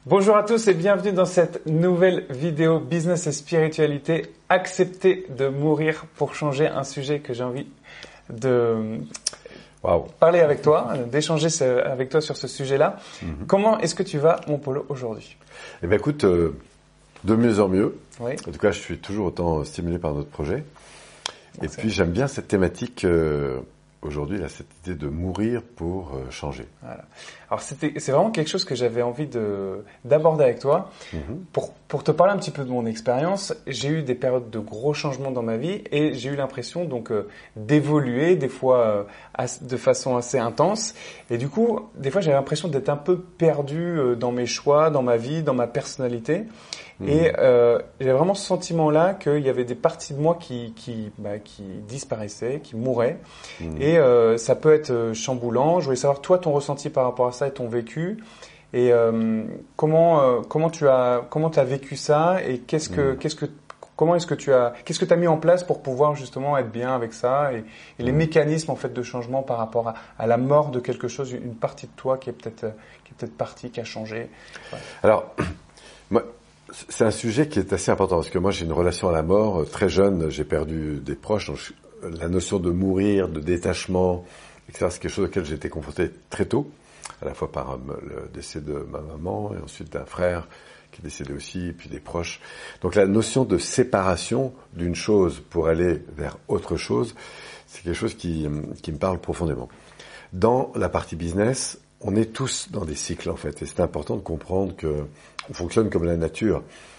Bonjour à tous et bienvenue dans cette nouvelle vidéo Business et Spiritualité. Accepter de mourir pour changer, un sujet que j'ai envie de parler avec toi, d'échanger avec toi sur ce sujet-là. Comment est-ce que tu vas, mon Polo, aujourd'hui? Eh bien écoute, de mieux en mieux. Oui. En tout cas, je suis toujours autant stimulé par notre projet. Bon, et puis j'aime bien cette thématique aujourd'hui, là, cette idée de mourir pour changer. Voilà. Alors c'est vraiment quelque chose que j'avais envie d'aborder avec toi. Pour te parler un petit peu de mon expérience, j'ai eu des périodes de gros changements dans ma vie et j'ai eu l'impression donc d'évoluer, des fois de façon assez intense. Et du coup, des fois j'avais l'impression d'être un peu perdu dans mes choix, dans ma vie, dans ma personnalité. Et j'ai vraiment ce sentiment-là qu'il y avait des parties de moi qui disparaissaient, qui mouraient. Et ça peut être chamboulant. Je voulais savoir toi ton ressenti par rapport à ça et ton vécu. Et comment tu as vécu ça et qu'est-ce que tu as mis en place pour pouvoir justement être bien avec ça et les mécanismes en fait de changement par rapport à la mort de quelque chose, une partie de toi qui est peut-être partie, qui a changé. Ouais. Alors moi, c'est un sujet qui est assez important parce que moi j'ai une relation à la mort très jeune, j'ai perdu des proches, donc la notion de mourir, de détachement, etc. C'est quelque chose auquel j'ai été confronté très tôt, à la fois par le décès de ma maman et ensuite d'un frère qui est décédé aussi, et puis des proches. Donc la notion de séparation d'une chose pour aller vers autre chose, c'est quelque chose qui me parle profondément. Dans la partie business, on est tous dans des cycles en fait, et c'est important de comprendre que on fonctionne comme la nature.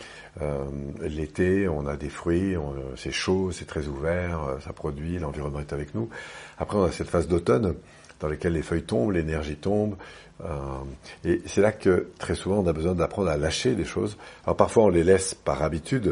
L'été, on a des fruits, c'est chaud, c'est très ouvert, ça produit, l'environnement est avec nous. Après, on a cette phase d'automne dans laquelle les feuilles tombent, l'énergie tombe. Et c'est là que très souvent on a besoin d'apprendre à lâcher des choses. Alors parfois on les laisse par habitude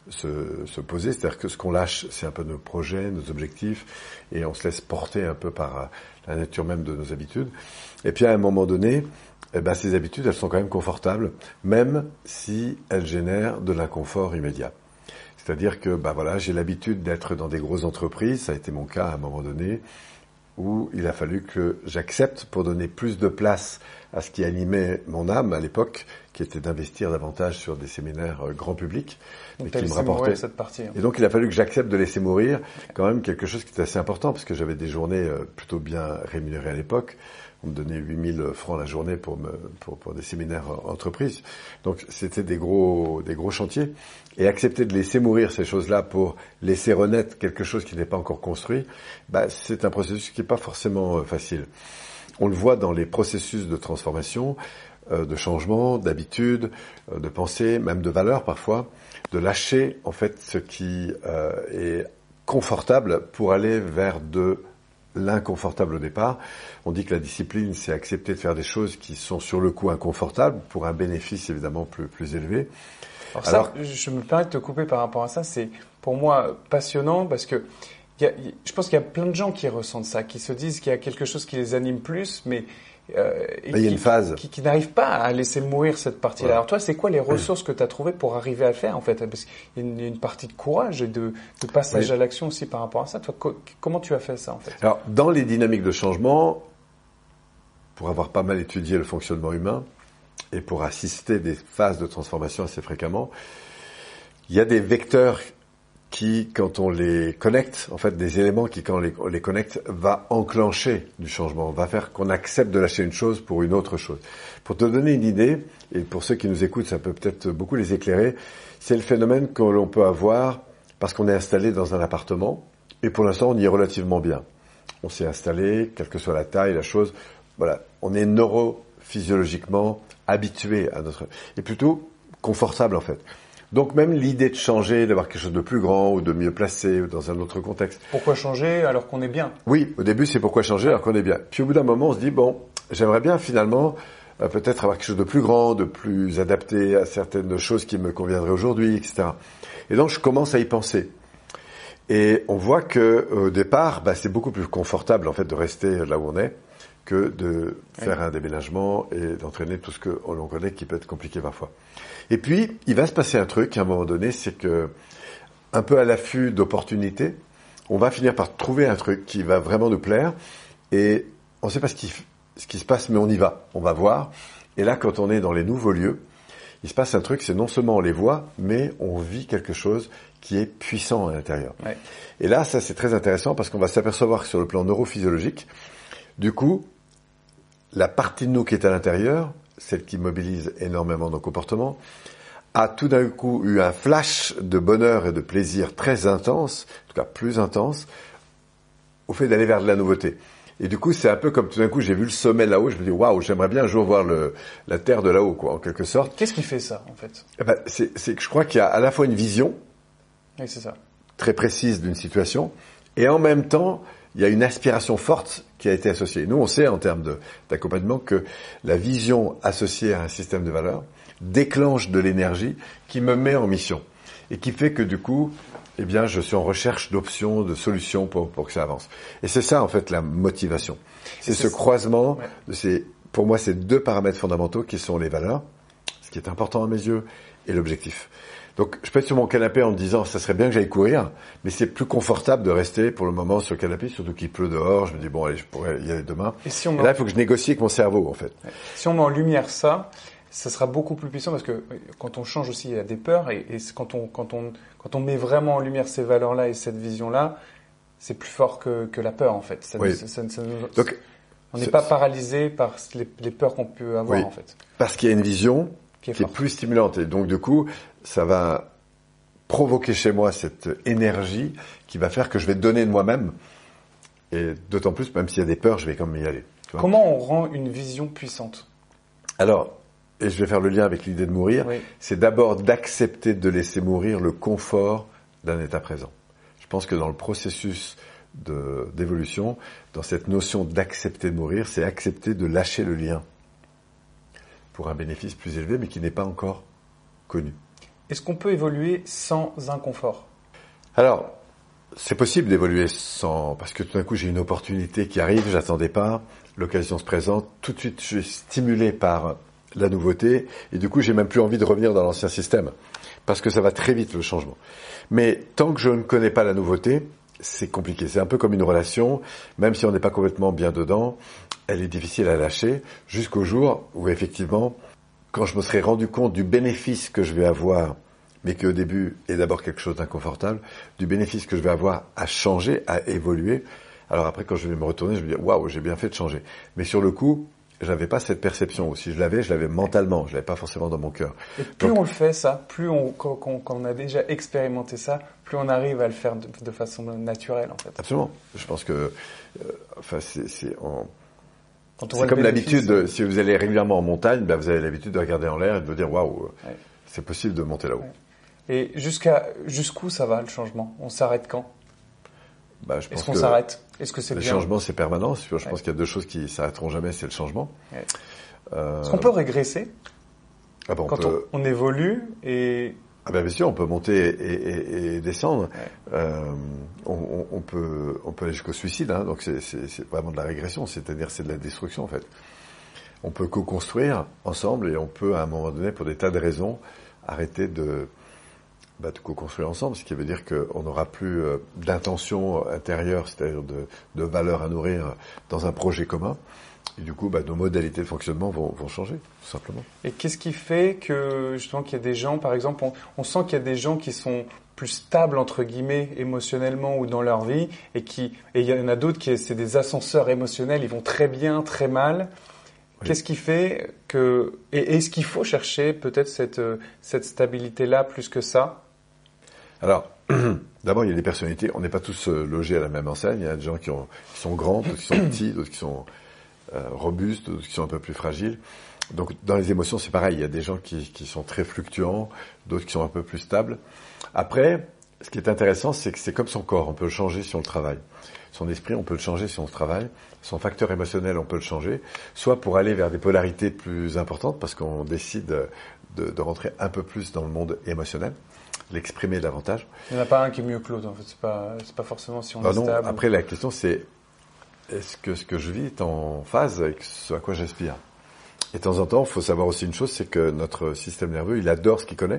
se poser, c'est-à-dire que ce qu'on lâche, c'est un peu nos projets, nos objectifs, et on se laisse porter un peu par la nature même de nos habitudes. Et puis à un moment donné, ces habitudes, elles sont quand même confortables, même si elles génèrent de l'inconfort immédiat. C'est-à-dire que j'ai l'habitude d'être dans des grosses entreprises, ça a été mon cas à un moment donné, où il a fallu que j'accepte pour donner plus de place à ce qui animait mon âme à l'époque, qui était d'investir davantage sur des séminaires grand public, donc mais qui me rapportaient cette partie. Et donc il a fallu que j'accepte de laisser mourir quand même quelque chose qui était assez important, parce que j'avais des journées plutôt bien rémunérées à l'époque. On me donnait 8000 francs la journée pour des séminaires entreprises. Donc c'était des gros chantiers. Et accepter de laisser mourir ces choses-là pour laisser renaître quelque chose qui n'est pas encore construit, c'est un processus qui n'est pas forcément facile. On le voit dans les processus de transformation, de changement, d'habitude, de pensée, même de valeur parfois, de lâcher en fait ce qui est confortable pour aller vers de l'inconfortable au départ. On dit que la discipline, c'est accepter de faire des choses qui sont sur le coup inconfortables pour un bénéfice évidemment plus élevé. Alors, je me permets de te couper par rapport à ça, c'est pour moi passionnant parce que je pense qu'il y a plein de gens qui ressentent ça, qui se disent qu'il y a quelque chose qui les anime plus, mais il y a une phase qui n'arrive pas à laisser mourir cette partie-là. Ouais. Alors toi, c'est quoi les ressources que tu as trouvées pour arriver à le faire en fait? Parce qu'il y a une partie de courage et de passage à l'action aussi par rapport à ça. Toi, comment tu as fait ça en fait? Alors, dans les dynamiques de changement, pour avoir pas mal étudié le fonctionnement humain et pour assister des phases de transformation assez fréquemment, il y a des vecteurs qui, quand on les connecte, en fait, des éléments qui, quand on les connecte, va enclencher du changement, va faire qu'on accepte de lâcher une chose pour une autre chose. Pour te donner une idée, et pour ceux qui nous écoutent, ça peut peut-être beaucoup les éclairer, c'est le phénomène que l'on peut avoir parce qu'on est installé dans un appartement, et pour l'instant, on y est relativement bien. On s'est installé, quelle que soit la taille, la chose, voilà, on est neurophysiologiquement habitué à notre... et plutôt confortable en fait. Donc même l'idée de changer, d'avoir quelque chose de plus grand ou de mieux placé ou dans un autre contexte. Pourquoi changer alors qu'on est bien? Oui, au début c'est pourquoi changer alors qu'on est bien. Puis au bout d'un moment on se dit j'aimerais bien finalement peut-être avoir quelque chose de plus grand, de plus adapté à certaines choses qui me conviendraient aujourd'hui, etc. Et donc je commence à y penser. Et on voit que au départ, c'est beaucoup plus confortable en fait de rester là où on est que de faire un déménagement et d'entraîner tout ce que l'on connaît qui peut être compliqué parfois. Et puis, il va se passer un truc à un moment donné, c'est que, un peu à l'affût d'opportunités, on va finir par trouver un truc qui va vraiment nous plaire et on ne sait pas ce qui se passe, mais on y va, on va voir. Et là, quand on est dans les nouveaux lieux, il se passe un truc, c'est non seulement on les voit, mais on vit quelque chose qui est puissant à l'intérieur. Ouais. Et là, ça c'est très intéressant parce qu'on va s'apercevoir que sur le plan neurophysiologique, du coup, la partie de nous qui est à l'intérieur, celle qui mobilise énormément nos comportements, a tout d'un coup eu un flash de bonheur et de plaisir très intense, en tout cas plus intense, au fait d'aller vers de la nouveauté. Et du coup, c'est un peu comme tout d'un coup, j'ai vu le sommet là-haut, je me dis waouh, j'aimerais bien un jour voir la terre de là-haut, quoi, en quelque sorte. Qu'est-ce qui fait ça, en fait? Eh ben, c'est que je crois qu'il y a à la fois une vision Oui, c'est ça. très précise d'une situation, et en même temps, il y a une aspiration forte qui a été associée. Nous, on sait en termes d'accompagnement que la vision associée à un système de valeurs déclenche de l'énergie qui me met en mission et qui fait que du coup, eh bien, je suis en recherche d'options, de solutions pour que ça avance. Et c'est ça, en fait, la motivation. C'est ce croisement de pour moi, ces deux paramètres fondamentaux qui sont les valeurs, ce qui est important à mes yeux, et l'objectif. Donc, je peux être sur mon canapé en me disant, ça serait bien que j'aille courir, mais c'est plus confortable de rester pour le moment sur le canapé, surtout qu'il pleut dehors. Je me dis, bon, allez, je pourrais y aller demain. Et là, il faut que je négocie avec mon cerveau, en fait. Si on met en lumière ça sera beaucoup plus puissant parce que quand on change aussi, il y a des peurs et quand on met vraiment en lumière ces valeurs-là et cette vision-là, c'est plus fort que la peur, en fait. Donc, on n'est pas paralysé par les peurs qu'on peut avoir, en fait. Parce qu'il y a une vision qui est plus stimulante. Et donc, du coup, ça va provoquer chez moi cette énergie qui va faire que je vais donner de moi-même. Et d'autant plus, même s'il y a des peurs, je vais quand même y aller. Comment on rend une vision puissante? Alors, et je vais faire le lien avec l'idée de mourir, c'est d'abord d'accepter de laisser mourir le confort d'un état présent. Je pense que dans le processus d'évolution, dans cette notion d'accepter de mourir, c'est accepter de lâcher le lien pour un bénéfice plus élevé, mais qui n'est pas encore connu. Est-ce qu'on peut évoluer sans inconfort? Alors, c'est possible d'évoluer sans... Parce que tout d'un coup, j'ai une opportunité qui arrive, j'attendais pas, l'occasion se présente, tout de suite, je suis stimulé par la nouveauté, et du coup, j'ai même plus envie de revenir dans l'ancien système, parce que ça va très vite, le changement. Mais tant que je ne connais pas la nouveauté, c'est compliqué. C'est un peu comme une relation, même si on n'est pas complètement bien dedans, elle est difficile à lâcher, jusqu'au jour où, effectivement, quand je me serai rendu compte du bénéfice que je vais avoir, mais qui au début est d'abord quelque chose d'inconfortable, du bénéfice que je vais avoir à changer, à évoluer. Alors après, quand je vais me retourner, je vais dire, waouh, j'ai bien fait de changer. Mais sur le coup, j'avais pas cette perception. Ou si je l'avais mentalement. Je l'avais pas forcément dans mon cœur. Et plus on le fait ça, quand on a déjà expérimenté ça, plus on arrive à le faire de façon naturelle, en fait. Absolument. Je pense que, c'est comme l'habitude, si vous allez régulièrement en montagne, ben vous avez l'habitude de regarder en l'air et de vous dire, waouh, c'est possible de monter là-haut. Et jusqu'où ça va, le changement? On s'arrête quand? Est-ce qu'on s'arrête? Est-ce que c'est bien? Le changement, c'est permanent. Je pense qu'il y a deux choses qui s'arrêteront jamais, c'est le changement. Est-ce qu'on peut régresser? Quand on évolue et... Ah ben bien sûr, on peut monter et descendre. On peut aller jusqu'au suicide, hein, donc c'est vraiment de la régression, c'est-à-dire c'est de la destruction en fait. On peut co-construire ensemble et on peut à un moment donné, pour des tas de raisons, arrêter de co-construire ensemble, ce qui veut dire qu'on n'aura plus d'intention intérieure, c'est-à-dire de valeur à nourrir dans un projet commun. Et du coup, nos modalités de fonctionnement vont changer, tout simplement. Et qu'est-ce qui fait que, justement, qu'il y a des gens, par exemple, on sent qu'il y a des gens qui sont plus stables, entre guillemets, émotionnellement ou dans leur vie, et il y en a d'autres c'est des ascenseurs émotionnels, ils vont très bien, très mal. Oui. Qu'est-ce qui fait et est-ce qu'il faut chercher peut-être cette stabilité-là plus que ça? Alors, d'abord, il y a des personnalités, on n'est pas tous logés à la même enseigne, il y a des gens qui sont grands, d'autres qui sont petits, d'autres qui sont robustes, d'autres qui sont un peu plus fragiles. Donc, dans les émotions, c'est pareil, il y a des gens qui sont très fluctuants, d'autres qui sont un peu plus stables. Après, ce qui est intéressant, c'est que c'est comme son corps, on peut le changer si on le travaille. Son esprit, on peut le changer si on le travaille. Son facteur émotionnel, on peut le changer. Soit pour aller vers des polarités plus importantes, parce qu'on décide de rentrer un peu plus dans le monde émotionnel, l'exprimer davantage. Il n'y en a pas un qui est mieux que l'autre, en fait. C'est pas forcément si on est stable. Non. Après, la question, c'est est-ce que ce que je vis est en phase avec ce à quoi j'aspire? Et de temps en temps, il faut savoir aussi une chose, c'est que notre système nerveux, il adore ce qu'il connaît.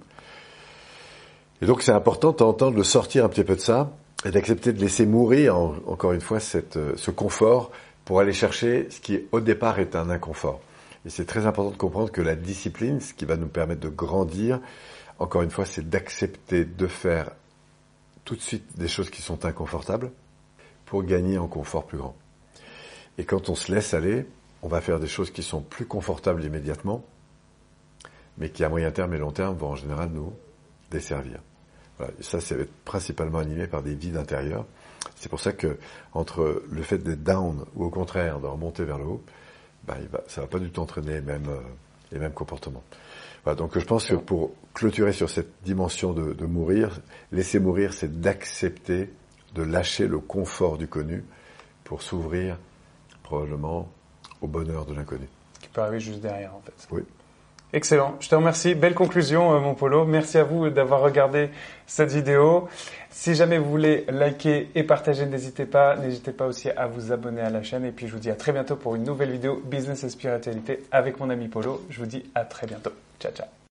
Et donc, c'est important de temps en temps de le sortir un petit peu de ça et d'accepter de laisser mourir, encore une fois, ce confort pour aller chercher ce qui, au départ, est un inconfort. Et c'est très important de comprendre que la discipline, ce qui va nous permettre de grandir, encore une fois, c'est d'accepter de faire tout de suite des choses qui sont inconfortables pour gagner en confort plus grand. Et quand on se laisse aller, on va faire des choses qui sont plus confortables immédiatement, mais qui à moyen terme et long terme vont en général nous desservir. Voilà. Et ça va être principalement animé par des vides intérieurs. C'est pour ça que entre le fait d'être down ou au contraire de remonter vers le haut, ça va pas du tout entraîner les mêmes comportements. Voilà, donc je pense que pour clôturer sur cette dimension de mourir, laisser mourir, c'est d'accepter de lâcher le confort du connu pour s'ouvrir probablement au bonheur de l'inconnu. Qui peut arriver juste derrière en fait. Oui. Excellent, je te remercie. Belle conclusion, mon Polo. Merci à vous d'avoir regardé cette vidéo. Si jamais vous voulez liker et partager, n'hésitez pas aussi à vous abonner à la chaîne. Et puis je vous dis à très bientôt pour une nouvelle vidéo Business et Spiritualité avec mon ami Polo. Je vous dis à très bientôt. Ciao, ciao.